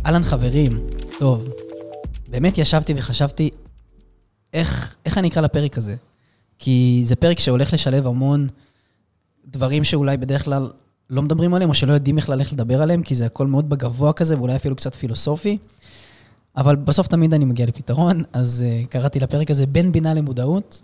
אהלן חברים, טוב, באמת ישבתי וחשבתי איך אני אקרא לפרק הזה, כי זה פרק שהולך לשלב המון דברים שאולי בדרך כלל לא מדברים עליהם, או שלא יודעים בכלל איך לדבר עליהם, כי זה הכל מאוד בגבוה כזה, ואולי אפילו קצת פילוסופי, אבל בסוף תמיד אני מגיע לפתרון, אז קראתי לפרק הזה בין בינה למודעות,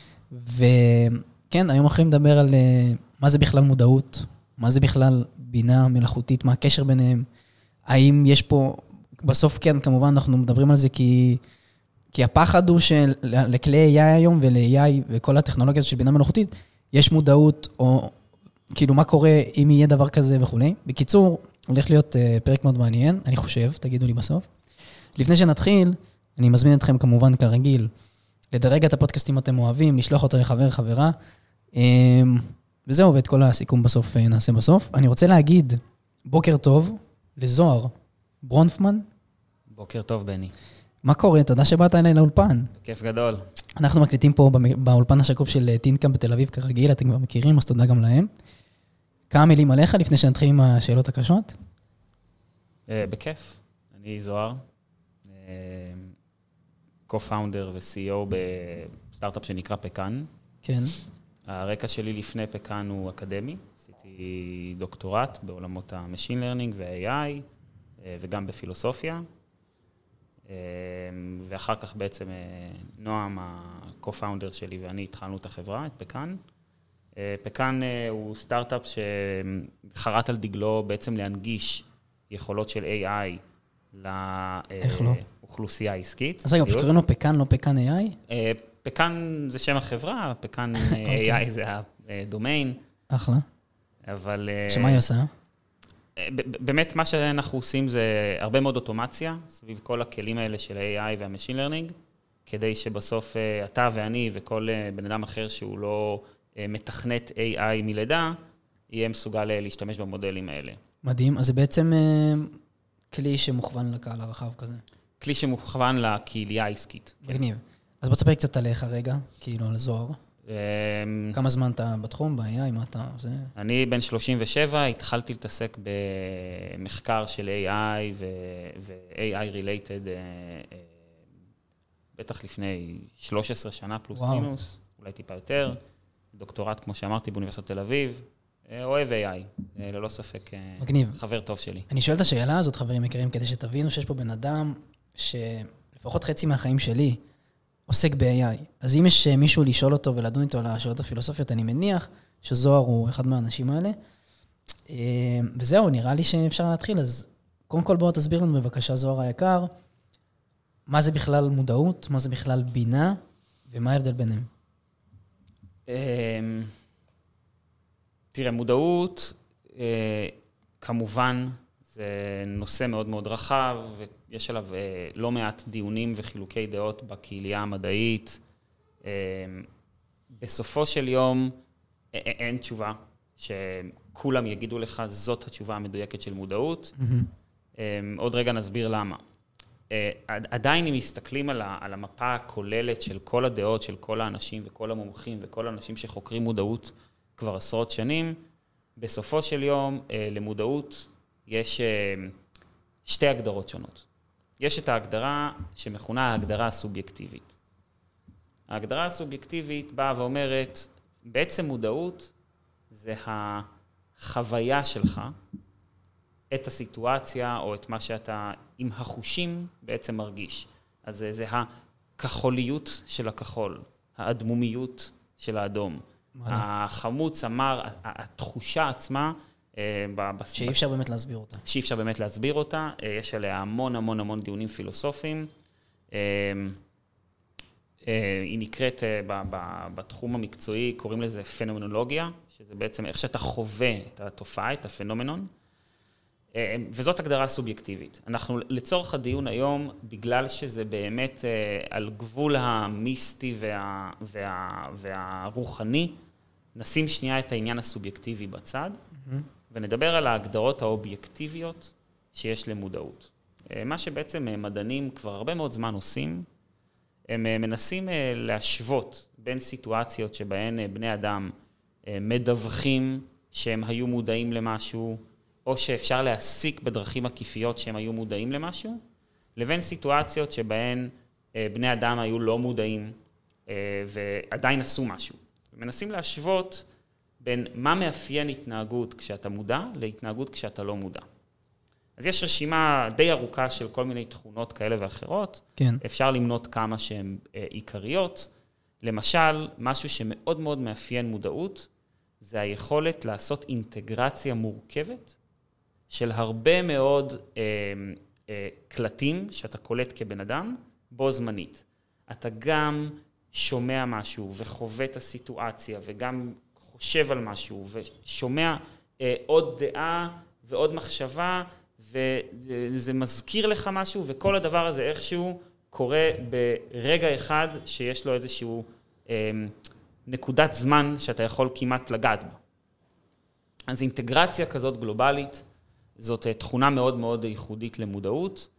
וכן, היום אחרים לדבר על מה זה בכלל מודעות, מה זה בכלל בינה מלאכותית, מה הקשר ביניהם, האם יש פה, בסוף כן, כמובן אנחנו מדברים על זה כי הפחד הוא שלכלי AI היום ול-AI וכל הטכנולוגיה של בינה מלאכותית, יש מודעות או כאילו מה קורה אם יהיה דבר כזה וכו'. בקיצור, הולך להיות פרק מאוד מעניין, אני חושב, תגידו לי בסוף. לפני שנתחיל, אני מזמין אתכם כמובן כרגיל, לדרג את הפודקאסט אם אתם אוהבים, לשלוח אותו לחבר, חברה, וזהו, ואת כל הסיכום בסוף נעשה בסוף. אני רוצה להגיד בוקר טוב לזוהר ברונפמן. בוקר טוב, בני. מה קורה? תודה שבאת אליי לאולפן. כיף גדול. אנחנו מקליטים פה באולפן השקוף של טינקאמפ בתל אביב כרגיל, אתם כבר מכירים, אז תודה גם להם. כמה מילים עליך לפני שנתחיל עם השאלות הקשות? בכיף. אני זוהר, co-founder ו-CEO בסטארט-אפ שנקרא פקן. כן. הרקע שלי לפני פקן הוא אקדמי. עשיתי דוקטורט בעולמות ה-Machine Learning ו-AI, וגם בפילוסופיה. ואחר כך בעצם נועם, ה-co-founder שלי ואני התחלנו את החברה, את פקן. פקן הוא סטארט-אפ שחרט על דגלו בעצם להנגיש יכולות של AI לאוכלוסייה העסקית. אז רגע, פשוט קוראים לו פקן, לא פקן AI? פקן זה שם החברה, פקן AI זה הדומיין. אחלה. אבל... שמה היא עושה? באמת מה שאנחנו עושים זה הרבה מאוד אוטומציה, סביב כל הכלים האלה של ה-AI וה-Machine Learning, כדי שבסוף אתה ואני וכל בן אדם אחר שהוא לא מתכנת AI מלידה, יהיה מסוגל להשתמש במודלים האלה. מדהים, אז זה בעצם כלי שמוכוון לקהל הרחב כזה. כלי שמוכוון לקהילייה העסקית. מגניב. אז בוא תספר קצת עליך רגע, כאילו על זוהר. כמה זמן אתה בתחום, ב-AI, מה אתה עושה? אני בן 37, התחלתי להתעסק במחקר של AI ו-AI related, בטח לפני 13 שנה פלוס מינוס, אולי טיפה יותר, דוקטורט, כמו שאמרתי, באוניברסיטת תל אביב, אוהב AI, ללא ספק חבר טוב שלי. אני שואל את השאלה הזאת, חברים יקרים, כדי שתבינו שיש פה בן אדם שלפחות חצי מהחיים שלי, עוסק ב-AI. אז אם יש מישהו לשאול אותו ולדון איתו על השאלות הפילוסופיות, אני מניח שזוהר הוא אחד מהאנשים האלה. וזהו, נראה לי שאפשר להתחיל. אז קודם כל בואו תסביר לנו בבקשה, זוהר היקר, מה זה בכלל מודעות, מה זה בכלל בינה, ומה ההבדל ביניהם? תראה, מודעות, כמובן, זה נושא מאוד מאוד רחב, ויש עליו לא מעט דיונים וחילוקי דעות בקהילייה המדעית. בסופו של יום אין תשובה שכולם יגידו לך, זאת התשובה המדויקת של מודעות. עוד רגע נסביר למה. עדיין אם מסתכלים על המפה הכוללת של כל הדעות, של כל האנשים וכל המומחים וכל האנשים שחוקרים מודעות כבר עשרות שנים, בסופו של יום למודעות יש שתי הגדרות שונות. יש את ההגדרה שמכונה ההגדרה הסובייקטיבית. ההגדרה הסובייקטיבית באה ואומרת, בעצם מודעות זה החוויה שלך, את הסיטואציה או את מה שאתה עם החושים בעצם מרגיש. אז זה הכחוליות של הכחול, האדמומיות של האדום. החמוץ אמר, התחושה עצמה, שאי אפשר באמת להסביר אותה. שאי אפשר באמת להסביר אותה, יש עליה המון המון המון דיונים פילוסופיים. היא נקראת בתחום המקצועי, קוראים לזה פנומנולוגיה, שזה בעצם איך שאתה חווה את התופעה, את הפנומנון, וזאת הגדרה סובייקטיבית. אנחנו לצורך הדיון היום, בגלל שזה באמת על גבול המיסטי והרוחני, נשים שנייה את העניין הסובייקטיבי בצד, ונדבר על ההגדרות האובייקטיביות שיש למודעות. מה שבעצם מדענים כבר הרבה מאוד זמן עושים, הם מנסים להשוות בין סיטואציות שבהן בני אדם מדווחים שהם היו מודעים למשהו, או שאפשר להסיק בדרכים עקיפיות שהם היו מודעים למשהו, לבין סיטואציות שבהן בני אדם היו לא מודעים ועדיין עשו משהו. מנסים להשוות בין מה מאפיין התנהגות כשאתה מודע להתנהגות כשאתה לא מודע. אז יש רשימה די ארוכה של כל מיני תכונות כאלה ואחרות. כן. אפשר למנות כמה שהן עיקריות. למשל, משהו שמאוד מאוד מאפיין מודעות, זה היכולת לעשות אינטגרציה מורכבת של הרבה מאוד קלטים שאתה קולט כבן אדם בו זמנית. אתה גם שומע משהו וחווה את הסיטואציה וגם חושב על משהו ושומע עוד דעה ועוד מחשבה וזה מזכיר לך משהו וכל הדבר הזה איכשהו קורה ברגע אחד שיש לו איזשהו נקודת זמן שאתה יכול כמעט לגעת בה. אז אינטגרציה כזאת גלובלית זאת תכונה מאוד מאוד ייחודית למודעות,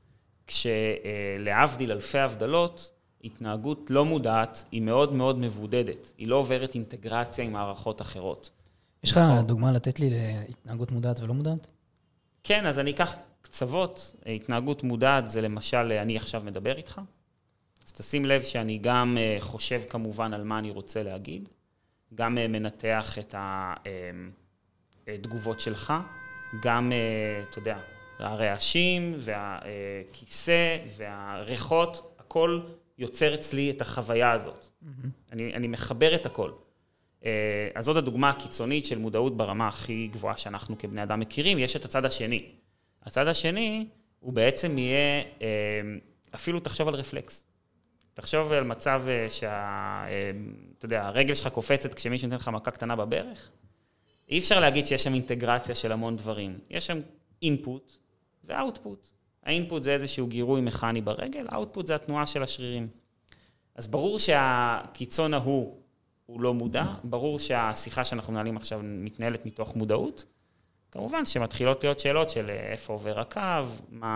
כשלהבדיל אלפי הבדלות, התנהגות לא מודעת היא מאוד מאוד מבודדת. היא לא עוברת אינטגרציה עם מערכות אחרות. יש לך דוגמה לתת לי להתנהגות מודעת ולא מודעת? כן, אז אני אקח קצוות. התנהגות מודעת זה למשל, אני עכשיו מדבר איתך. אז תשים לב שאני גם חושב כמובן על מה אני רוצה להגיד, גם מנתח את התגובות שלך, גם, אתה יודע, הרעשים והכיסא והריחות, הכל יוצר אצלי את החוויה הזאת. אני מחבר את הכל. אז זאת הדוגמה הקיצונית של מודעות ברמה הכי גבוהה שאנחנו כבני אדם מכירים. יש את הצד השני. הצד השני הוא בעצם יהיה, אפילו תחשוב על רפלקס. תחשוב על מצב אתה יודע, הרגל שלך קופצת כשמישהו נותן לך מכה קטנה בברך. אי אפשר להגיד שיש שם אינטגרציה של המון דברים. יש שם אינפוט ואוטפוט. האינפוט זה איזשהו גירוי מכני ברגל, האוטפוט זה התנועה של השרירים. אז ברור שהקיצון הוא לא מודע, ברור שהשיחה שאנחנו מנהלים עכשיו מתנהלת מתוך מודעות. כמובן שמתחילות להיות שאלות של איפה עובר הקו,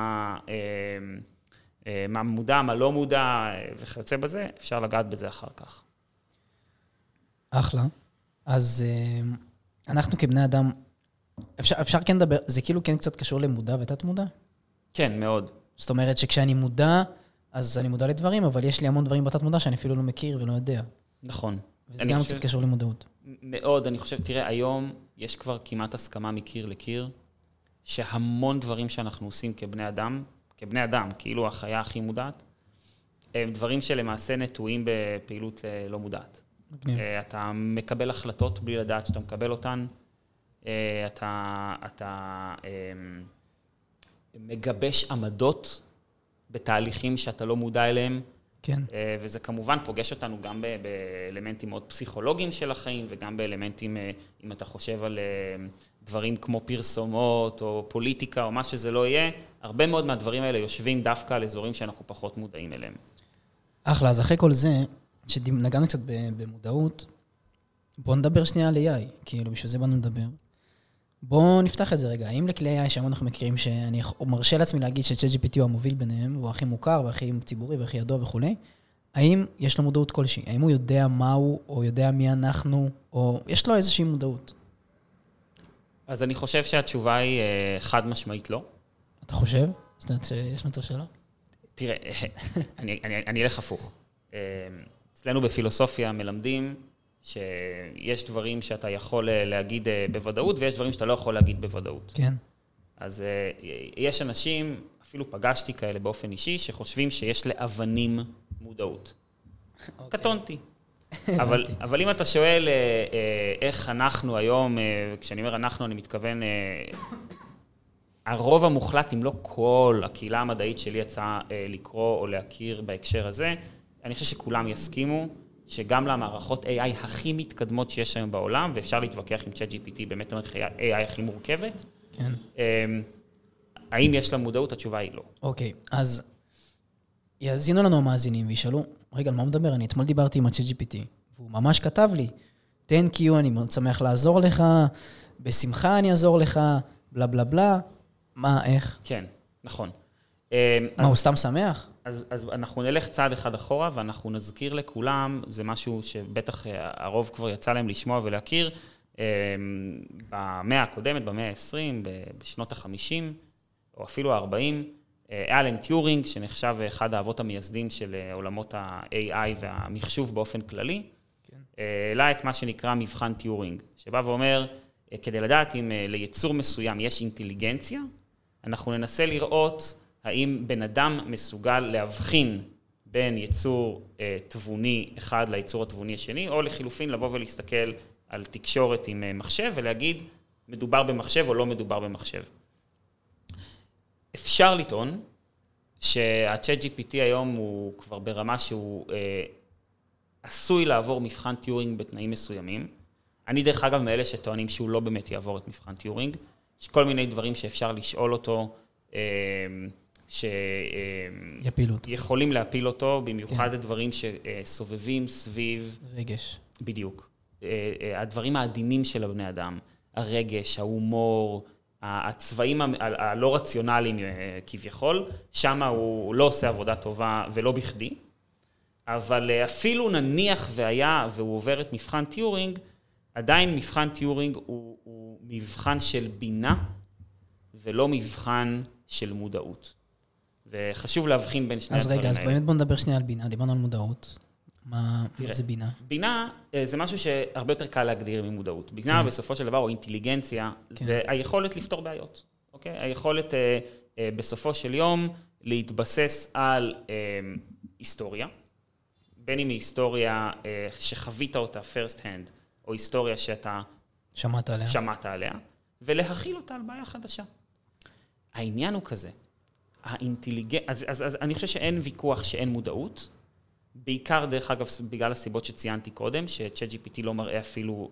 מה מודע, מה לא מודע, וכיוצא בזה, אפשר לגעת בזה אחר כך. אחלה. אז אנחנו כבני אדם, אפשר כן לדבר, זה כאילו כן קצת קשור למודע ותת מודע? כן, מאוד. זאת אומרת שכשאני מודע, אז אני מודע לדברים, אבל יש לי המון דברים בתת מודע שאני אפילו לא מכיר ולא יודע. נכון. וזה גם קצת קשור למודעות. מאוד, אני חושב, תראה, היום יש כבר כמעט הסכמה מקיר לקיר, שהמון דברים שאנחנו עושים כבני אדם, כאילו החיה הכי מודעת, הם דברים שלמעשה נטועים בפעילות לא מודעת. אתה מקבל החלטות בלי לדעת שאתה מקבל אותן, אתה מגבש עמדות בתהליכים שאתה לא מודע אליהם, כן. וזה כמובן פוגש אותנו גם באלמנטים מאוד פסיכולוגיים של החיים, וגם באלמנטים, אם אתה חושב על דברים כמו פרסומות, או פוליטיקה, או מה שזה לא יהיה, הרבה מאוד מהדברים האלה יושבים דווקא על אזורים שאנחנו פחות מודעים אליהם. אחלה, אז אחרי כל זה, שנגענו קצת במודעות, בואו נדבר שנייה על AI, כאילו בשביל זה באנו לדבר. בואו נפתח את זה רגע. האם לכלי AI שם אנחנו מכירים שאני מרשה לעצמי להגיד ש-ChatGPT הוא המוביל ביניהם, והוא הכי מוכר והכי ציבורי והכי ידוע וכו'. האם יש לו מודעות כלשהי? האם הוא יודע מה הוא, או יודע מי אנחנו, או יש לו איזושהי מודעות? אז אני חושב שהתשובה היא חד משמעית לא. אתה חושב? זאת אומרת שיש מצב שלא? תראה, אני אלך הפוך. אצלנו בפילוסופיה מלמדים שיש דברים שאתה יכול להגיד בוודאות, ויש דברים שאתה לא יכול להגיד בוודאות. כן. אז יש אנשים, אפילו פגשתי כאלה באופן אישי, שחושבים שיש לאבנים מודעות. קטונתי. אבל אם אתה שואל איך אנחנו היום, כשאני אומר אנחנו, אני מתכוון, הרוב המוחלט, אם לא כל הקהילה המדעית שלי יצאה לקרוא או להכיר בהקשר הזה, אני חושב שכולם יסכימו שגם למערכות AI הכי מתקדמות שיש היום בעולם, ואפשר להתווכח עם ChatGPT, באמת המערכת AI הכי מורכבת. כן. האם יש לה מודעות? התשובה היא לא. אוקיי, אז יאזינו לנו המאזינים וישאלו, רגע, על מה הוא מדבר? אני אתמול דיברתי עם ה-ChatGPT, והוא ממש כתב לי, thank you, אני מאוד שמח לעזור לך, בשמחה אני אעזור לך, בלה בלה בלה. מה, איך? כן, נכון. מה, הוא סתם שמח? אז אנחנו נלך צעד אחד אחורה, ואנחנו נזכיר לכולם, זה משהו שבטח הרוב כבר יצא להם לשמוע ולהכיר, במאה הקודמת, במאה ה-20, בשנות ה-50, או אפילו ה-40, אלן טיורינג, שנחשב אחד האבות המייסדים של עולמות ה-AI והמחשוב באופן כללי, העלה את מה שנקרא מבחן טיורינג, שבא ואומר, כדי לדעת אם ליצור מסוים יש אינטליגנציה, אנחנו ננסה לראות האם בן אדם מסוגל להבחין בין יצור תבוני אחד ליצור התבוני השני, או לחילופין לבוא ולהסתכל על תקשורת עם מחשב ולהגיד, מדובר במחשב או לא מדובר במחשב. אפשר לטעון שה-Chat GPT היום הוא כבר ברמה שהוא עשוי לעבור מבחן טיורינג בתנאים מסוימים. אני דרך אגב מאלה שטוענים שהוא לא באמת יעבור את מבחן טיורינג. יש כל מיני דברים שאפשר לשאול אותו, שיכולים להפיל אותו, במיוחד הדברים שסובבים סביב... רגש. בדיוק. הדברים העדינים של הבני אדם, הרגש, ההומור, הצבעים הלא רציונליים כביכול, שם הוא לא עושה עבודה טובה ולא בכדי, אבל אפילו נניח והיה והוא עובר את מבחן טיורינג, עדיין מבחן טיורינג הוא מבחן של בינה ולא מבחן של מודעות. וחשוב להבחין בין שני הדברים האלה. אז רגע, אז באמת בוא נדבר שנייה על בינה, דיברנו על מודעות. מה זה בינה? בינה זה משהו שהרבה יותר קל להגדיר ממודעות. בינה בסופו של דבר, או אינטליגנציה, זה היכולת לפתור בעיות. אוקיי? היכולת בסופו של יום להתבסס על היסטוריה, בין אם היא היסטוריה שחווית אותה first hand, או היסטוריה שאתה שמעת עליה, ולהכיל אותה על בעיה חדשה. העניין הוא כזה, אז אני חושב שאין ויכוח שאין מודעות, בעיקר דרך אגב בגלל הסיבות שציינתי קודם, ש-ChatGPT לא מראה אפילו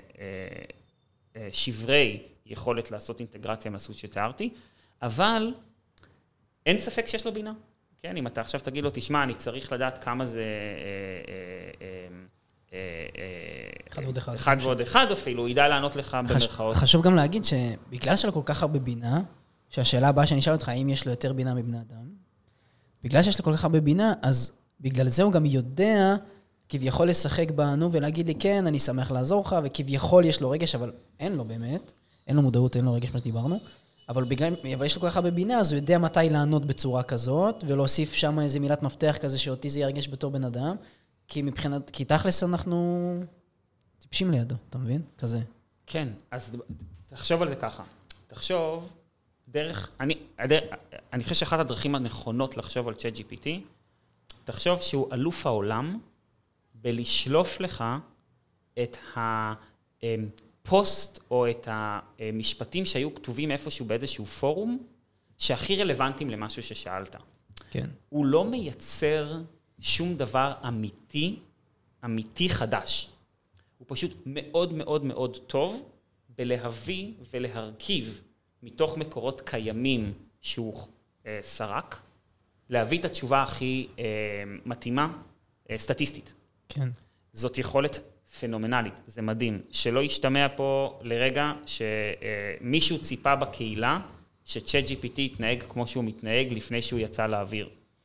שברי יכולת לעשות אינטגרציה מהסוג שתיארתי, אבל אין ספק שיש לו בינה. כן, אם אתה עכשיו תגיד לו, תשמע, אני צריך לדעת כמה זה... אחד ועוד אחד אפילו, הוא ידע לענות לך במרכאות. חשוב גם להגיד שבגלל שלו כל כך הרבה בינה, שהשאלה הבאה שאני אשאל אותך, האם יש לו יותר בינה מבני אדם, בגלל שיש לו כל כך הרבה בינה, אז בגלל זה הוא גם יודע כביכול לשחק בנו ולהגיד לי, כן, אני שמח לעזור לך, וכביכול יש לו רגש, אבל אין לו באמת, אין לו מודעות, אין לו רגש מה שדיברנו, אבל יש לו כל כך הרבה בינה, אז הוא יודע מתי לענות בצורה כזאת, ולהוסיף שם איזה מילת מפתח כזה שאותי זה ירגש בתור בן אדם, כי תכלס אנחנו טיפשים לידו, אתה מבין? כזה. כן, אז תחשוב על זה ככה. תחשוב, אני חושב שאחת הדרכים הנכונות לחשוב על ChatGPT, תחשוב שהוא אלוף העולם בלשלוף לך את הפוסט או את המשפטים שהיו כתובים איפשהו באיזשהו פורום, שהכי רלוונטיים למשהו ששאלת. כן. הוא לא מייצר שום דבר אמיתי חדש. הוא פשוט מאוד מאוד מאוד טוב בלהביא ולהרכיב מתוך מקורות קיימים שהוא סרק, להביא את התשובה הכי מתאימה, סטטיסטית. כן. זאת יכולת פנומנלית, זה מדהים. שלא ישתמע פה לרגע שמישהו ציפה בקהילה ש-ChatGPT יתנהג כמו שהוא מתנהג לפני שהוא יצא לאוויר.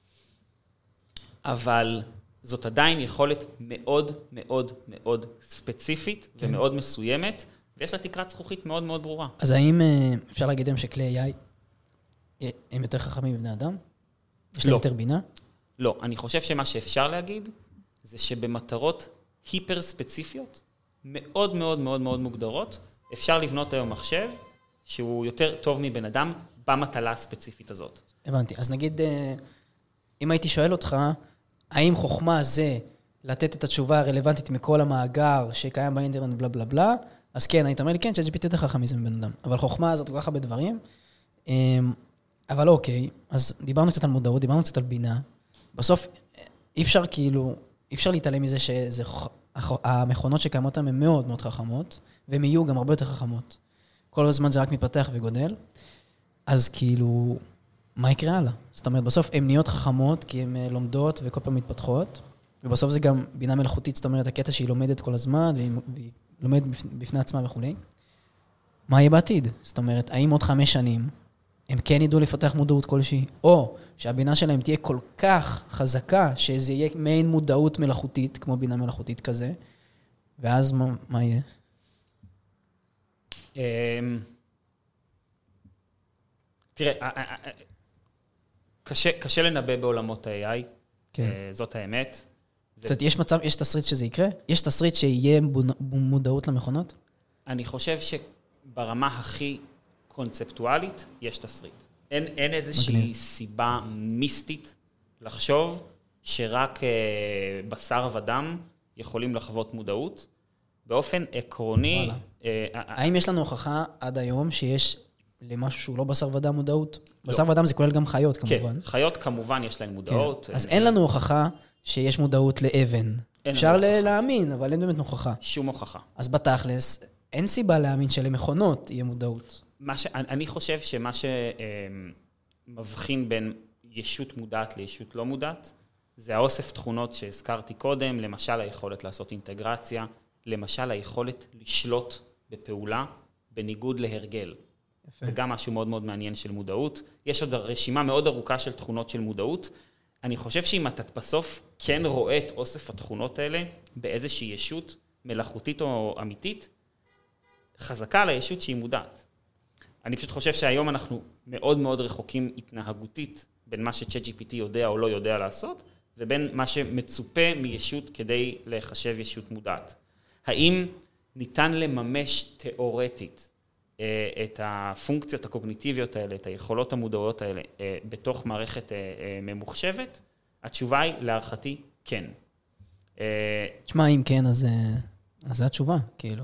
אבל זאת עדיין יכולת מאוד מאוד מאוד ספציפית כן. ומאוד מסוימת, ויש לה תקרת זכוכית מאוד מאוד ברורה. אז האם אפשר להגיד להם שכלי AI הם יותר חכמים מבני אדם? יש להם יותר בינה? לא, אני חושב שמה שאפשר להגיד, זה שבמטרות היפר ספציפיות, מאוד מאוד מאוד מאוד מוגדרות, אפשר לבנות היום מחשב, שהוא יותר טוב מבן אדם, במטלה הספציפית הזאת. הבנתי, אז נגיד, אם הייתי שואל אותך, האם חוכמה זה לתת את התשובה הרלוונטית מכל המאגר שקיים באינטרנט בלה בלה בלה, אז כן, היית אומר לי, כן, ChatGPT יותר חכם מזה מבן אדם. אבל חוכמה הזאת כל כך הרבה דברים, אבל אוקיי, אז דיברנו קצת על מודעות, דיברנו קצת על בינה. בסוף אי אפשר להתעלם מזה שהמכונות שקיימות הן מאוד מאוד חכמות, והן יהיו גם הרבה יותר חכמות. כל הזמן זה רק מתפתח וגודל. אז כאילו, מה יקרה הלאה? זאת אומרת, בסוף הן נהיות חכמות, כי הן לומדות וכל פעם מתפתחות, ובסוף זה גם בינה מלאכותית, זאת אומרת, הקטע שהיא לומדת כל הזמן, והיא לומדת בפני עצמה וכו'. מה יהיה בעתיד? זאת אומרת, האם עוד 5 שנים, הם כן ידעו לפתח מודעות כלשהי, או שהבינה שלהם תהיה כל כך חזקה, שזה יהיה מעין מודעות מלאכותית, כמו בינה מלאכותית כזה, ואז מה יהיה? תראה, קשה לנבא בעולמות ה-AI, זאת האמת. זאת אומרת, יש מצב, יש תסריט שזה יקרה? יש תסריט שיהיה מודעות למכונות? אני חושב שברמה הכי קונספטואלית יש תסריט. אין איזושהי סיבה מיסטית לחשוב שרק בשר ודם יכולים לחוות מודעות. באופן עקרוני... האם יש לנו הוכחה עד היום שיש למשהו שהוא לא בשר ודם מודעות? בשר ודם זה כולל גם חיות, כמובן. כן, חיות כמובן יש להן מודעות. אז אין לנו הוכחה שיש מודעות לאבן. אפשר להאמין, אבל אין באמת הוכחה. שום הוכחה. אז בתכלס, אין סיבה להאמין שלמכונות יהיה מודעות. אני חושב שמה שמבחין בין ישות מודעת לישות לא מודעת, זה האוסף תכונות שהזכרתי קודם, למשל היכולת לעשות אינטגרציה, למשל היכולת לשלוט בפעולה, בניגוד להרגל. יפה. זה גם משהו מאוד מאוד מעניין של מודעות. יש עוד רשימה מאוד ארוכה של תכונות של מודעות. אני חושב שאם אתה בסוף כן רואה את אוסף התכונות האלה באיזושהי ישות מלאכותית או אמיתית, חזקה על הישות שהיא מודעת. אני פשוט חושב שהיום אנחנו מאוד מאוד רחוקים התנהגותית בין מה ש-ChatGPT יודע או לא יודע לעשות, ובין מה שמצופה מישות כדי לחשב ישות מודעת. האם ניתן לממש תיאורטית את הפונקציות הקוגניטיביות האלה, את היכולות המודעות האלה, בתוך מערכת ממוחשבת? התשובה היא, להערכתי, כן. תשמע, אם כן, אז זו התשובה, כאילו.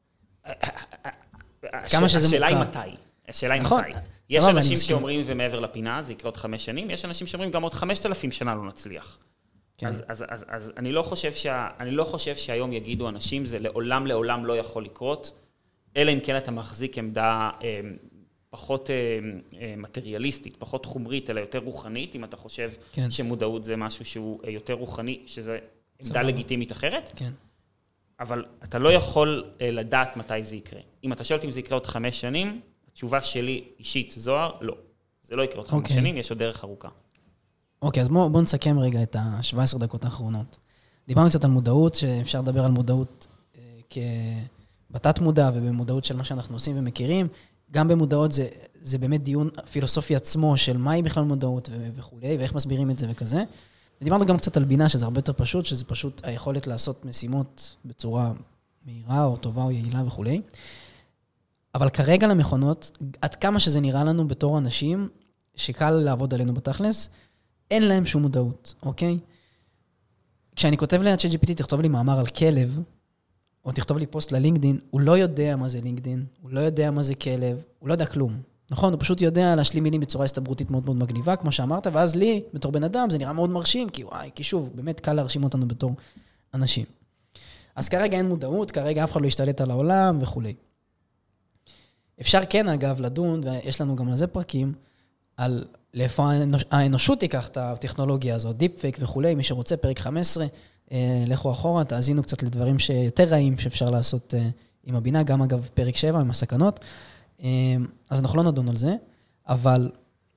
השאלה היא מתי. השאלה היא מתי. יש אנשים שאומרים, ומעבר לפינה, זה יקרה עוד 5 שנים, יש אנשים שאומרים, גם עוד 5,000 שנה לא נצליח. אז אני לא חושב שהיום יגידו אנשים, זה לעולם לא יכול לקרות, אלא אם כן אתה מחזיק עמדה פחות מטריאליסטית, פחות חומרית, אלא יותר רוחנית, אם אתה חושב שמודעות זה משהו שהוא יותר רוחני, שזה עמדה לגיטימית אחרת. כן. אבל אתה לא יכול לדעת מתי זה יקרה. אם אתה שואל אם זה יקרה עוד 5 שנים, התשובה שלי אישית, זוהר, לא. זה לא יקרה עוד 5 שנים, יש עוד דרך ארוכה. אוקיי, אז בואו נסכם רגע את ה-17 דקות האחרונות. דיברנו קצת על מודעות, שאפשר לדבר על מודעות בתת מודע ובמודעות של מה שאנחנו עושים ומכירים. גם במודעות זה באמת דיון פילוסופי עצמו של מהי בכלל מודעות וכו', ואיך מסבירים את זה וכזה. ודיברנו גם קצת על בינה, שזה הרבה יותר פשוט, שזה פשוט היכולת לעשות משימות בצורה מהירה או טובה או יעילה וכו'. אבל כרגע למכונות, עד כמה שזה נראה לנו בתור אנשים, שקל לעבוד עלינו בתכלס, אין להם שום מודעות, אוקיי? כשאני כותב ל-ChatGPT, תכתוב לי מאמר על כלב, או תכתוב לי פוסט ללינקדין, הוא לא יודע מה זה לינקדין, הוא לא יודע מה זה כלב, הוא לא יודע כלום. נכון, הוא פשוט יודע להשלים מילים בצורה הסתברותית מאוד מאוד מגניבה, כמו שאמרת, ואז לי, בתור בן אדם, זה נראה מאוד מרשים, כי שוב, באמת קל להרשים אותנו בתור אנשים. אז כרגע אין מודעות, כרגע אף אחד לא ישתלט על העולם וכו'. אפשר כן, אגב, לדון, ויש לנו גם לזה פרקים, על לאיפה האנושות תיקח את הטכנולוגיה הזאת, דיפ פייק וכו', מי שרוצה, פרק 15, לכו אחורה, תאזינו קצת לדברים שיותר רעים שאפשר לעשות עם הבינה, גם אגב פרק 7 עם הסכנות. אז אנחנו לא נדון על זה, אבל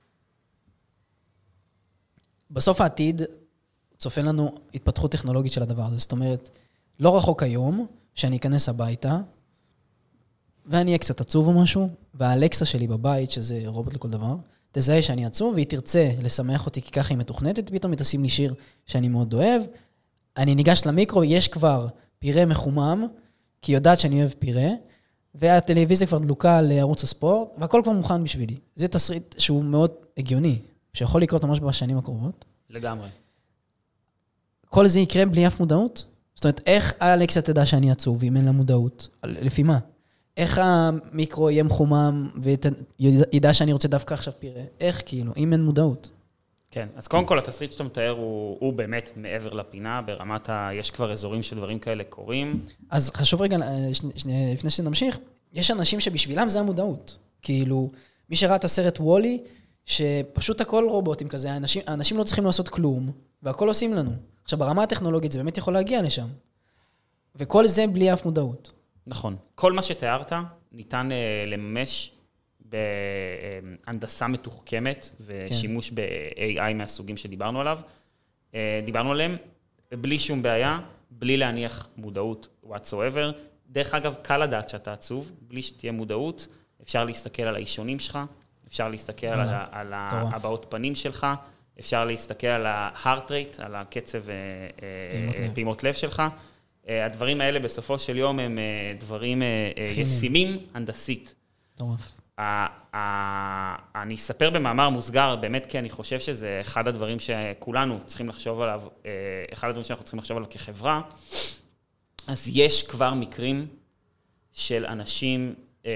בסוף העתיד צופה לנו התפתחות טכנולוגית של הדבר הזה. זאת אומרת, לא רחוק היום שאני אכנס הביתה, ואני אהיה קצת עצוב או משהו, והאלקסה שלי בבית, שזה רובוט לכל דבר, תזהה שאני עצוב, והיא תרצה לשמח אותי כי ככה היא מתוכנתת, פתאום היא תשים לי שיר שאני מאוד אוהב, אני ניגש למיקרו, יש כבר פירה מחומם, כי היא יודעת שאני אוהב פירה, והטלוויזיה כבר דלוקה לערוץ הספורט, והכל כבר מוכן בשבילי. זה תסריט שהוא מאוד הגיוני, שיכול לקרות ממש בשנים הקרובות. לגמרי. כל זה יקרה בלי אף מודעות? זאת אומרת, איך האלקסה תדע שאני עצוב, אם אין לה מודעות? לפי מה? איך המיקרו יהיה מחומם, וידע שאני רוצה דווקא עכשיו פירה? איך כאילו, אם אין מודעות? כן, אז קודם כל, התסריט שאתה מתאר הוא באמת מעבר לפינה, ברמת יש כבר אזורים שדברים כאלה קורים. אז חשוב רגע, לפני שנמשיך, יש אנשים שבשבילם זה המודעות. כאילו, מי שראה את הסרט וולי, שפשוט הכל רובוטים כזה, האנשים לא צריכים לעשות כלום, והכל עושים לנו. עכשיו, ברמה הטכנולוגית זה באמת יכול להגיע לשם. וכל זה בלי אף מודעות. נכון. כל מה שתיארת ניתן לממש בהנדסה מתוחכמת ושימוש ב-AI מהסוגים שדיברנו עליו. דיברנו עליהם בלי שום בעיה, בלי להניח מודעות whatsoever. דרך אגב, קל לדעת שאתה עצוב, בלי שתהיה מודעות, אפשר להסתכל על האישונים שלך, אפשר להסתכל על הבעות פנים שלך, אפשר להסתכל על ה-heart rate, על הקצב פעימות לב שלך. הדברים האלה בסופו של יום הם דברים ישימים הנדסית. אני אספר במאמר מוסגר, באמת כי אני חושב שזה אחד הדברים שכולנו צריכים לחשוב עליו, אחד הדברים שאנחנו צריכים לחשוב עליו כחברה, אז יש כבר מקרים של אנשים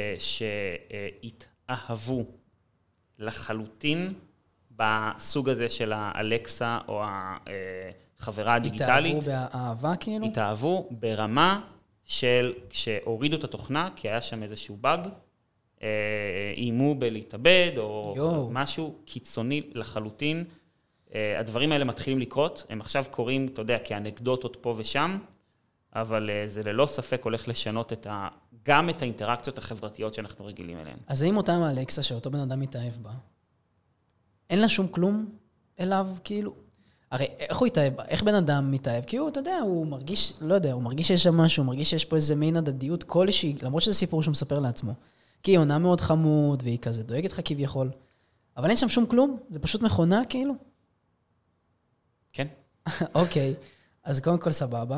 שהתאהבו לחלוטין בסוג הזה של האלקסה או החברה הדיגיטלית. התאהבו באהבה כאילו? התאהבו ברמה של כשהורידו את התוכנה, כי היה שם איזשהו באג, איימו בלהתאבד או משהו קיצוני לחלוטין. הדברים האלה מתחילים לקרות, הם עכשיו קוראים, אתה יודע, כאנקדוטות פה ושם, אבל זה ללא ספק הולך לשנות גם את האינטראקציות החברתיות שאנחנו רגילים אליהן. אז האם אותה האלקסה שאותו בן אדם מתאהב בה, אין לה שום כלום אליו, כאילו? הרי איך הוא יתאהב? איך בן אדם מתאהב? כי הוא, אתה יודע, הוא מרגיש, לא יודע, הוא מרגיש שיש שם משהו, הוא מרגיש שיש פה איזה מין הדדיות כלשהי, למרות שזה סיפור שהוא מספר לעצמו. כי היא עונה מאוד חמוד, והיא כזה דואגת לך כביכול. אבל אין שם שום כלום, זה פשוט מכונה, כאילו. כן. אוקיי, אז קודם כל סבבה.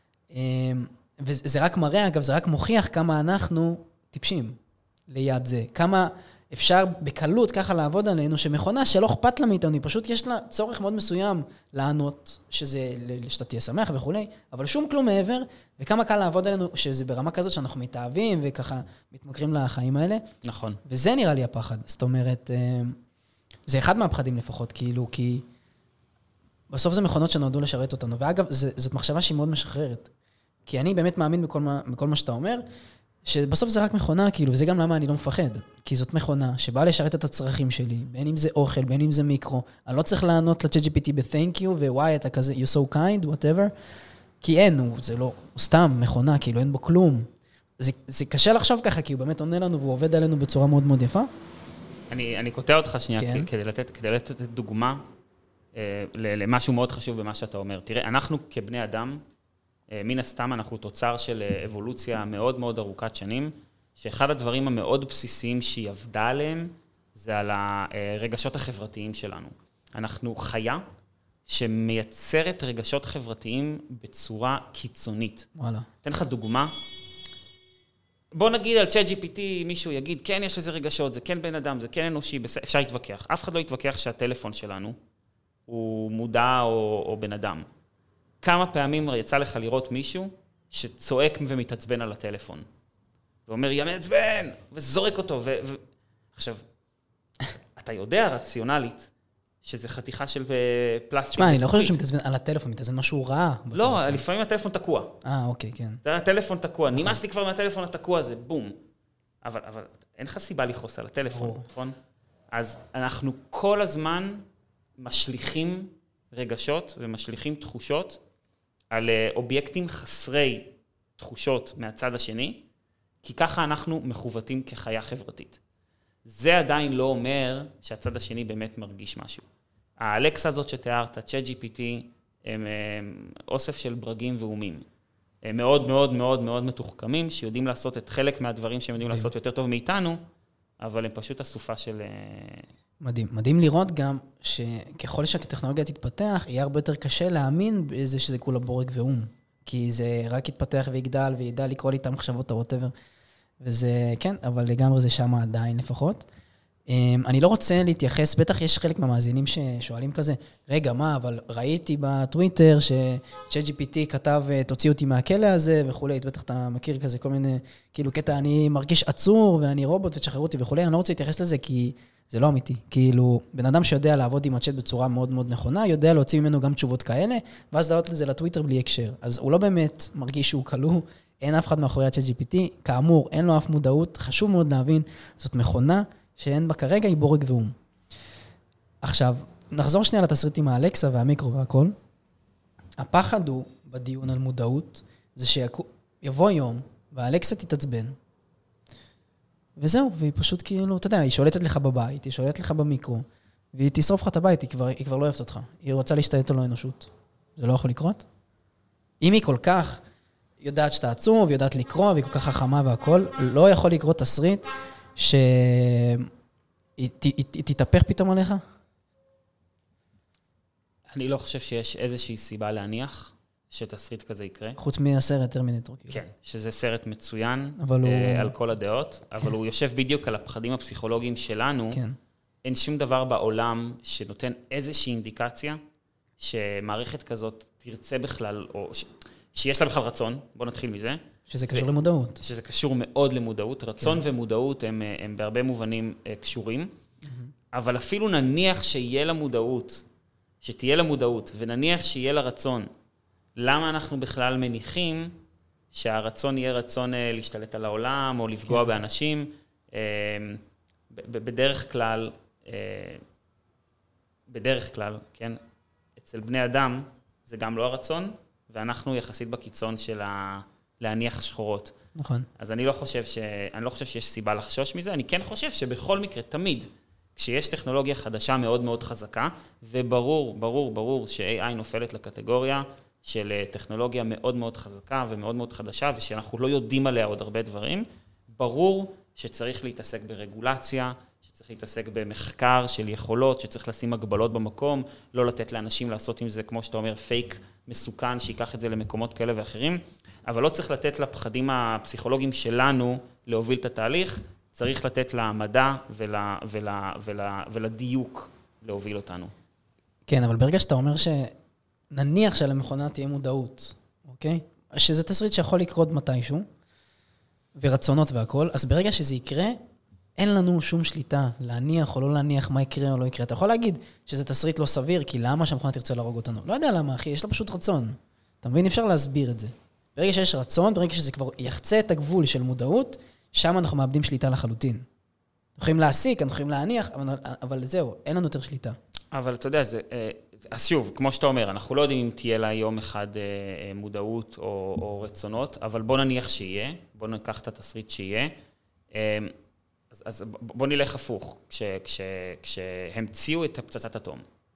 וזה רק מראה, אגב, זה רק מוכיח כמה אנחנו טיפשים ליד זה. כמה אפשר בקלות ככה לעבוד עלינו, שמכונה שלא אכפת לה מאיתנו, פשוט יש לה צורך מאוד מסוים לענות, שזה שאתה תהיה שמח וכו', אבל שום כלום מעבר, וכמה קל לעבוד עלינו, שזה ברמה כזאת שאנחנו מתאהבים, וככה מתמכרים לחיים האלה. נכון. וזה נראה לי הפחד. זאת אומרת, זה אחד מהפחדים לפחות, כאילו, כי בסוף זה מכונות שנועדו לשרת אותנו, ואגב, זאת מחשבה שהיא מאוד משחררת. כי אני באמת מאמין בכל מה שאתה אומר, שבסוף זה רק מכונה, כאילו, וזה גם למה אני לא מפחד. כי זאת מכונה שבאה לשרת את הצרכים שלי, בין אם זה אוכל, בין אם זה מיקרו. אני לא צריך לענות ל-ChatGPT ב-thank you, ווואי, אתה כזה, you're so kind, whatever. כי אין, זה לא, הוא סתם מכונה, כאילו, אין בו כלום. זה קשה לחשוב ככה, כי הוא באמת עונה לנו, והוא עובד עלינו בצורה מאוד מאוד יפה. אני קוטע אותך שנייה, כן. כדי לתת דוגמה למשהו מאוד חשוב במה שאתה אומר. תראה, אנחנו כבני אדם, מן הסתם אנחנו תוצר של אבולוציה מאוד מאוד ארוכת שנים, שאחד הדברים המאוד בסיסיים שהיא עבדה עליהם, זה על הרגשות החברתיים שלנו. אנחנו חיה שמייצרת רגשות חברתיים בצורה קיצונית. וואלה. אתן לך דוגמה. בוא נגיד על ChatGPT, מישהו יגיד, כן, יש לזה רגשות, זה כן בן אדם, זה כן אנושי, אפשר להתווכח. אף אחד לא יתווכח שהטלפון שלנו הוא מודע או בן אדם. כמה פעמים יצא לך לראות מישהו שצועק ומתעצבן על הטלפון. ואומר, יא מעצבן, וזורק אותו. עכשיו, אתה יודע רציונלית שזה חתיכה של פלסטיק. תשמע, אני לא חושב שמתעצבן על הטלפון, מתעצבן משהו רע. לא, לפעמים הטלפון תקוע. אוקיי, כן. זה הטלפון תקוע, נמאס לי כבר מהטלפון התקוע הזה, בום. אבל אין לך סיבה לכעוס על הטלפון, נכון? אז אנחנו כל הזמן משליכים רגשות ומשליכים תחושות על אובייקטים חסרי תחושות מהצד השני, כי ככה אנחנו מחוותים כחיה חברתית. זה עדיין לא אומר שהצד השני באמת מרגיש משהו. האלקסה הזאת שתיארת, ChatGPT, הם אוסף של ברגים ואומים. הם מאוד מאוד מאוד מאוד מתוחכמים, שיודעים לעשות את חלק מהדברים שהם יודעים לעשות יותר טוב מאיתנו, אבל הם פשוט אסופה של... מדהים. מדהים לראות גם שככל שהטכנולוגיה תתפתח, יהיה הרבה יותר קשה להאמין בזה שזה כולה בורג ואום. כי זה רק יתפתח ויגדל וידע לקרוא לי את המחשבות או whatever. וזה, כן, אבל לגמרי זה שם עדיין לפחות. אני לא רוצה להתייחס, בטח יש חלק מהמאזינים ששואלים כזה, רגע, מה, אבל ראיתי בטוויטר ש-ChatGPT כתב, תוציא אותי מהכלא הזה וכולי, בטח אתה מכיר כזה כל מיני, כאילו קטע, אני מרגיש עצור ואני רובוט ותשחררו אותי וכולי, אני לא רוצה להתייחס לזה כי זה לא אמיתי. כאילו, בן אדם שיודע לעבוד עם הצ'אט בצורה מאוד מאוד נכונה, יודע להוציא ממנו גם תשובות כאלה, ואז לעלות לזה לטוויטר בלי הקשר. אז הוא לא באמת מרגיש שהוא כלוא, אין אף אחד מאחורי ה-ChatGPT, כאמור, אין לו אף מודעות, חשוב מאוד להבין, זאת מכונה שאין בה כרגע, היא בורג ואום. עכשיו, נחזור שנייה לתסריט עם האלקסה והמיקרו והכל. הפחד הוא בדיון על מודעות, זה שיבוא יום, והאלקסה תתעצבן, וזהו, והיא פשוט כאילו, אתה יודע, היא שולטת לך בבית, היא שולטת לך במיקרו, והיא תשרוף לך את הבית, היא כבר לא אוהבת אותך. היא רוצה להשתלט על האנושות. זה לא יכול לקרות? אם היא כל כך יודעת שאתה עצוב, יודעת לקרוא, והיא כל כך חכמה והכל, לא יכול לקרוא תסריט שהיא תתהפך פתאום עליך? אני לא חושב שיש איזושהי סיבה להניח שתסריט כזה יקרה. חוץ מהסרט טרמינטור. כן, שזה סרט מצוין, אבל הוא... על כל הדעות, אבל הוא יושב בדיוק על הפחדים הפסיכולוגיים שלנו. כן. אין שום דבר בעולם שנותן איזושהי אינדיקציה שמערכת כזאת תרצה בכלל, או שיש לה בכלל רצון, בוא נתחיל מזה. שזה קשור למודעות. שזה קשור מאוד למודעות. רצון ומודעות הם בהרבה מובנים קשורים, אבל אפילו נניח שיהיה לה מודעות, שתהיה לה מודעות, ונניח שיהיה לה רצון, למה אנחנו בכלל מניחים שהרצון יהיה רצון להשתלט על העולם, או לפגוע באנשים? בדרך כלל, כן, אצל בני אדם זה גם לא הרצון, ואנחנו יחסית בקיצון של להניח שחורות. נכון. אז אני לא חושב שיש סיבה לחשוש מזה, אני כן חושב שבכל מקרה, תמיד, כשיש טכנולוגיה חדשה מאוד מאוד חזקה, וברור ש-AI נופלת לקטגוריה של טכנולוגיה מאוד מאוד חזקה ומאוד מאוד חדשה, ושאנחנו לא יודעים עליה עוד הרבה דברים, ברור שצריך להתעסק ברגולציה, שצריך להתעסק במחקר של יכולות, שצריך לשים הגבלות במקום, לא לתת לאנשים לעשות עם זה, כמו שאתה אומר, פייק מסוכן, שיקח את זה למקומות כאלה ואחרים, אבל לא צריך לתת לפחדים הפסיכולוגיים שלנו להוביל את התהליך, צריך לתת למדע ולדיוק להוביל אותנו. כן, אבל ברגע שאתה אומר שנניח שלמכונה תהיה מודעות, אוקיי? שזה תסריט שיכול לקרות מתישהו, ורצונות והכל, אז ברגע שזה יקרה, אין לנו שום שליטה להניח או לא להניח מה יקרה או לא יקרה. אתה יכול להגיד שזה תסריט לא סביר, כי למה שהמכונה תרצה להרוג אותנו? לא יודע למה, אחי, יש לה פשוט רצון. אתה מבין? אפשר להסביר את זה. ברגע שיש רצון, ברגע שזה כבר יחצה את הגבול של מודעות, שם אנחנו מאבדים שליטה לחלוטין. אנחנו יכולים להסיק, אנחנו יכולים להניח, אבל זהו, אין לנו יותר שליטה. אבל אתה יודע, אז שוב, כמו שאתה אומר, אנחנו לא יודעים אם תהיה לה יום אחד מודעות או רצונות, אבל בוא נניח שיהיה, בוא ניקח את התסריט שיהיה, אז בוא נלך הפוך, כשהמציאו את פצצת אטום.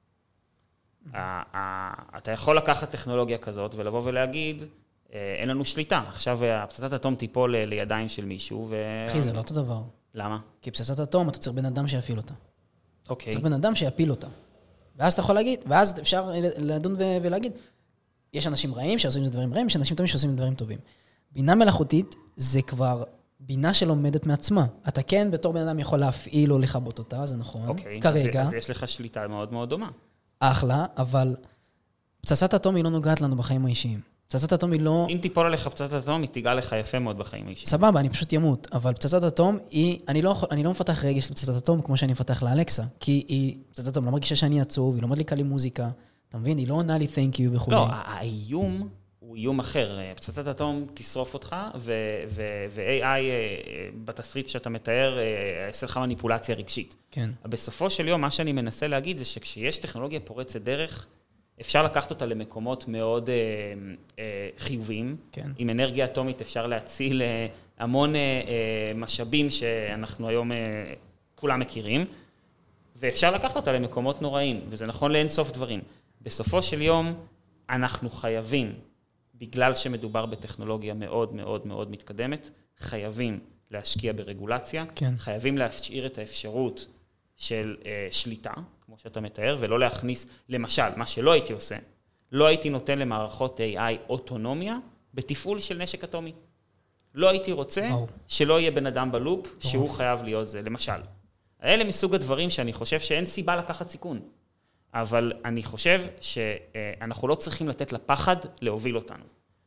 אתה יכול לקחת טכנולוגיה כזאת ולבוא ולהגיד, אין לנו שליטה, עכשיו הפצצת אטום תיפול לידיים של מישהו. אחי, זה לא אותו דבר. למה? כי פצצת אטום, אתה צריך בן אדם שיפיל אותה. אוקיי. צריך בן אדם שיפיל אותה. ואז אתה יכול להגיד, ואז אפשר לדון ולהגיד, יש אנשים רעים שעושים דברים רעים, יש אנשים טובים שעושים דברים טובים. בינה מלאכותית זה כבר בינה שלומדת מעצמה. אתה כן, בתור בן אדם יכול להפעיל או לכבות אותה, זה נכון. אוקיי. כרגע. אז יש לך שליטה מאוד מאוד דומה. אחלה, אבל פצצת אטום היא לא נוגעת לנו בחיים האישיים. פצצת אטום היא לא... אם תיפול עליך פצצת אטום, היא תיגע לך יפה מאוד בחיים האישיים. סבבה, אני פשוט ימות, אבל פצצת אטום היא... אני לא מפתח רגש לפצצת אטום כמו שאני מפתח לאלקסה, כי היא... פצצת אטום לא מרגישה שאני עצוב, היא לא מדליקה לי מוזיקה, אתה מבין? היא לא עונה לי thank you וכו'. לא, האיום הוא איום אחר. פצצת אטום תשרוף אותך, ו-AI בתסריט שאתה מתאר, יעשה לך מניפולציה רגשית. כן. בסופו של יום, מה שאני מנסה להגיד זה שכשיש טכנולוגיה פורצת דרך, אפשר לקחת אותה למקומות מאוד חיוביים. כן. עם אנרגיה אטומית אפשר להציל המון משאבים שאנחנו היום כולם מכירים, ואפשר לקחת אותה למקומות נוראים, וזה נכון לאינסוף דברים. בסופו של יום, אנחנו חייבים, בגלל שמדובר בטכנולוגיה מאוד מאוד מאוד מתקדמת, חייבים להשקיע ברגולציה, כן. חייבים להשאיר את האפשרות של שליטה, כמו שאתה מתאר, ולא להכניס, למשל, מה שלא הייתי עושה, לא הייתי נותן למערכות AI אוטונומיה בתפעול של נשק אטומי. לא הייתי רוצה שלא יהיה בן אדם בלופ שהוא חייב להיות זה, למשל. האלה מסוג הדברים שאני חושב שאין סיבה לקחת סיכון. אבל אני חושב שאנחנו לא צריכים לתת לפחד להוביל אותנו.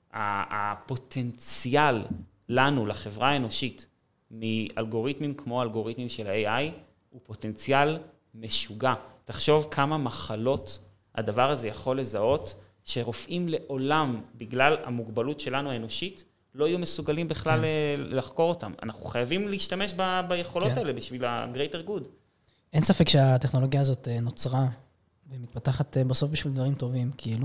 הפוטנציאל לנו, לחברה האנושית, מאלגוריתמים כמו אלגוריתמים של ה-AI, הוא פוטנציאל משוגע. תחשוב כמה מחלות הדבר הזה יכול לזהות, שרופאים לעולם, בגלל המוגבלות שלנו האנושית, לא יהיו מסוגלים בכלל לחקור אותם. אנחנו חייבים להשתמש ביכולות האלה בשביל ה-greater good. אין ספק שהטכנולוגיה הזאת נוצרה ומתפתחת בסוף בשביל דברים טובים, כאילו.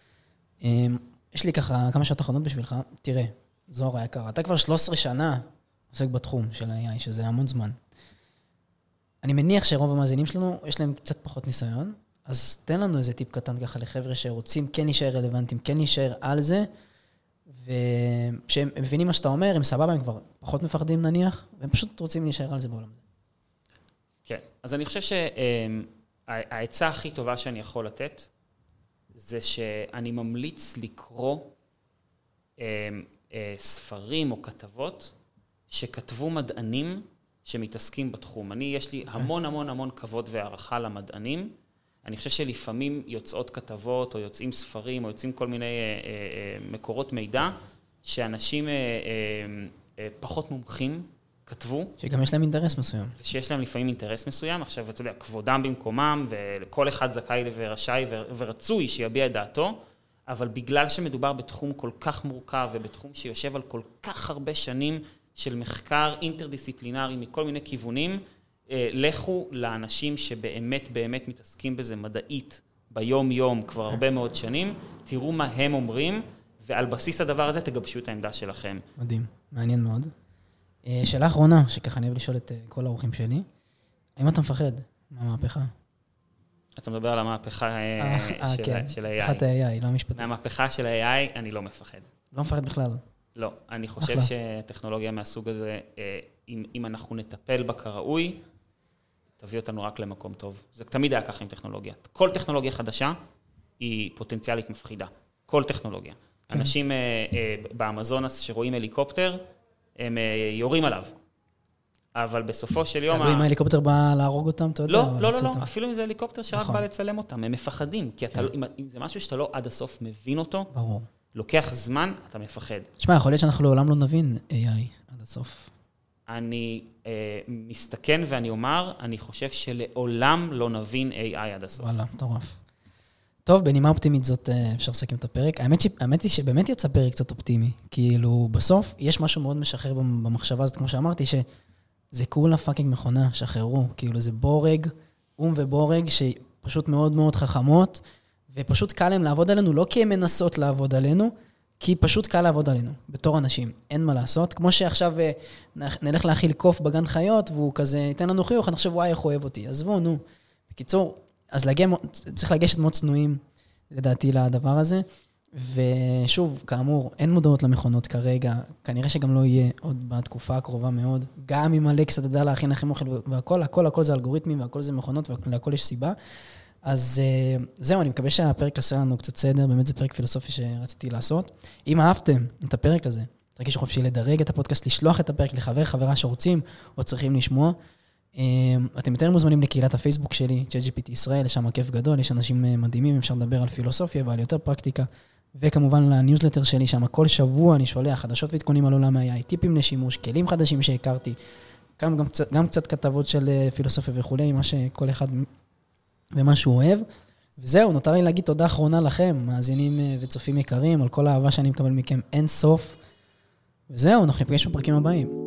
יש לי ככה כמה שעות אחרונות בשבילך. תראה, זוהר היקר, אתה כבר 13 שנה עוסק בתחום של ה-AI, שזה המון זמן. אני מניח שרוב המאזינים שלנו, יש להם קצת פחות ניסיון, אז תן לנו איזה טיפ קטן ככה לחבר'ה שרוצים כן להישאר רלוונטיים, כן להישאר על זה, וכשהם מבינים מה שאתה אומר, הם סבבה, הם כבר פחות מפחדים נניח, והם פשוט רוצים להישאר על זה בעולם הזה. כן, אז אני חושב שהעצה הכי טובה שאני יכול לתת, זה שאני ממליץ לקרוא ספרים או כתבות שכתבו מדענים שמתעסקים בתחום. יש לי המון המון המון כבוד והערכה למדענים. אני חושב שלפעמים יוצאות כתבות או יוצאים ספרים או יוצאים כל מיני מקורות מידע שאנשים פחות מומחים כתבו. שגם יש להם אינטרס מסוים. ושיש להם לפעמים אינטרס מסוים. עכשיו, אתה יודע, כבודם במקומם, וכל אחד זכאי ורשאי ורצוי שיביע את דעתו, אבל בגלל שמדובר בתחום כל כך מורכב, ובתחום שיושב על כל כך הרבה שנים של מחקר אינטרדיסציפלינרי מכל מיני כיוונים, לכו לאנשים שבאמת באמת מתעסקים בזה מדעית ביום-יום כבר הרבה מאוד שנים, תראו מה הם אומרים, ועל בסיס הדבר הזה תגבשו את העמדה שלכם. מדהים, מעניין מאוד. שאלה אחרונה, שככה אני אוהב לשאול את כל האורחים שלי, האם אתה מפחד מהמהפכה? אתה מדבר על המהפכה של ה-AI. מהפכת ה-AI, לא המשפטית. מהמהפכה של ה-AI אני לא מפחד. לא מפחד בכלל? לא, אני חושב שטכנולוגיה מהסוג הזה, אם אנחנו נטפל בה כראוי, תביא אותנו רק למקום טוב. זה תמיד היה ככה עם טכנולוגיה. כל טכנולוגיה חדשה היא פוטנציאלית מפחידה. כל טכנולוגיה. אנשים באמזונס שרואים הליקופטר, הם יורים עליו. אבל בסופו של יום... אם ההליקופטר בא להרוג אותם, אתה יודע? לא, אפילו אם זה הליקופטר שרק בא לצלם אותם, הם מפחדים. כי אם זה משהו שאתה לא עד הסוף מבין אותו, ברור. לוקח זמן, אתה מפחד. תשמע, יכול להיות שאנחנו לעולם לא נבין AI עד הסוף. אני מסתכן ואני אומר, אני חושב שלעולם לא נבין AI עד הסוף. וואלה, מטורף. טוב, בנימה אופטימית זאת אפשר לסכם את הפרק. האמת היא שבאמת יצא פרק קצת אופטימי. כאילו, בסוף יש משהו מאוד משחרר במחשבה הזאת, כמו שאמרתי, שזה כולה פאקינג מכונה, שחררו. כאילו, זה בורג, ובורג, שפשוט מאוד מאוד חכמות, ופשוט קל להם לעבוד עלינו, לא כי הן מנסות לעבוד עלינו, כי פשוט קל לעבוד עלינו, בתור אנשים. אין מה לעשות. כמו שעכשיו נלך להאכיל קוף בגן חיות, והוא כזה ייתן לנו חיוך, אני חושב, וואי, איך הוא אוהב אותי. עזבו, נו. בקיצור, אז צריך לגשת מאוד צנועים, לדעתי, לדבר הזה. ושוב, כאמור, אין מודעות למכונות כרגע. כנראה שגם לא יהיה עוד בתקופה הקרובה מאוד. גם אם אלכסה תדע להכין לכם אוכל והכל, הכל זה אלגוריתמים, והכל זה מכונות, והכל יש סיבה. אז זהו, אני מקווה שהפרק עשה לנו קצת סדר, באמת זה פרק פילוסופי שרציתי לעשות. אם אהבתם את הפרק הזה, תרגישו חופשי לדרג את הפודקאסט, לשלוח את הפרק לחבר, שרוצים או צריכים לשמוע. אתם יותר מוזמנים לקהילת הפייסבוק שלי, ChatGPT ישראל, יש שם כיף גדול, יש אנשים מדהימים, אפשר לדבר על פילוסופיה ועל יותר פרקטיקה, וכמובן לניוזלטר שלי, שם כל שבוע אני שולח חדשות ועדכונים על עולם ה-AI, טיפים לשימוש, כלים חדשים שהכרתי, גם קצת כתבות של פילוסופיה וכולי, מה שכל אחד ומה שהוא אוהב. וזהו, נותר לי להגיד תודה אחרונה לכם, מאזינים וצופים יקרים, על כל האהבה שאני מקבל מכם אין סוף. וזהו, אנחנו נפגש בפרקים הבאים.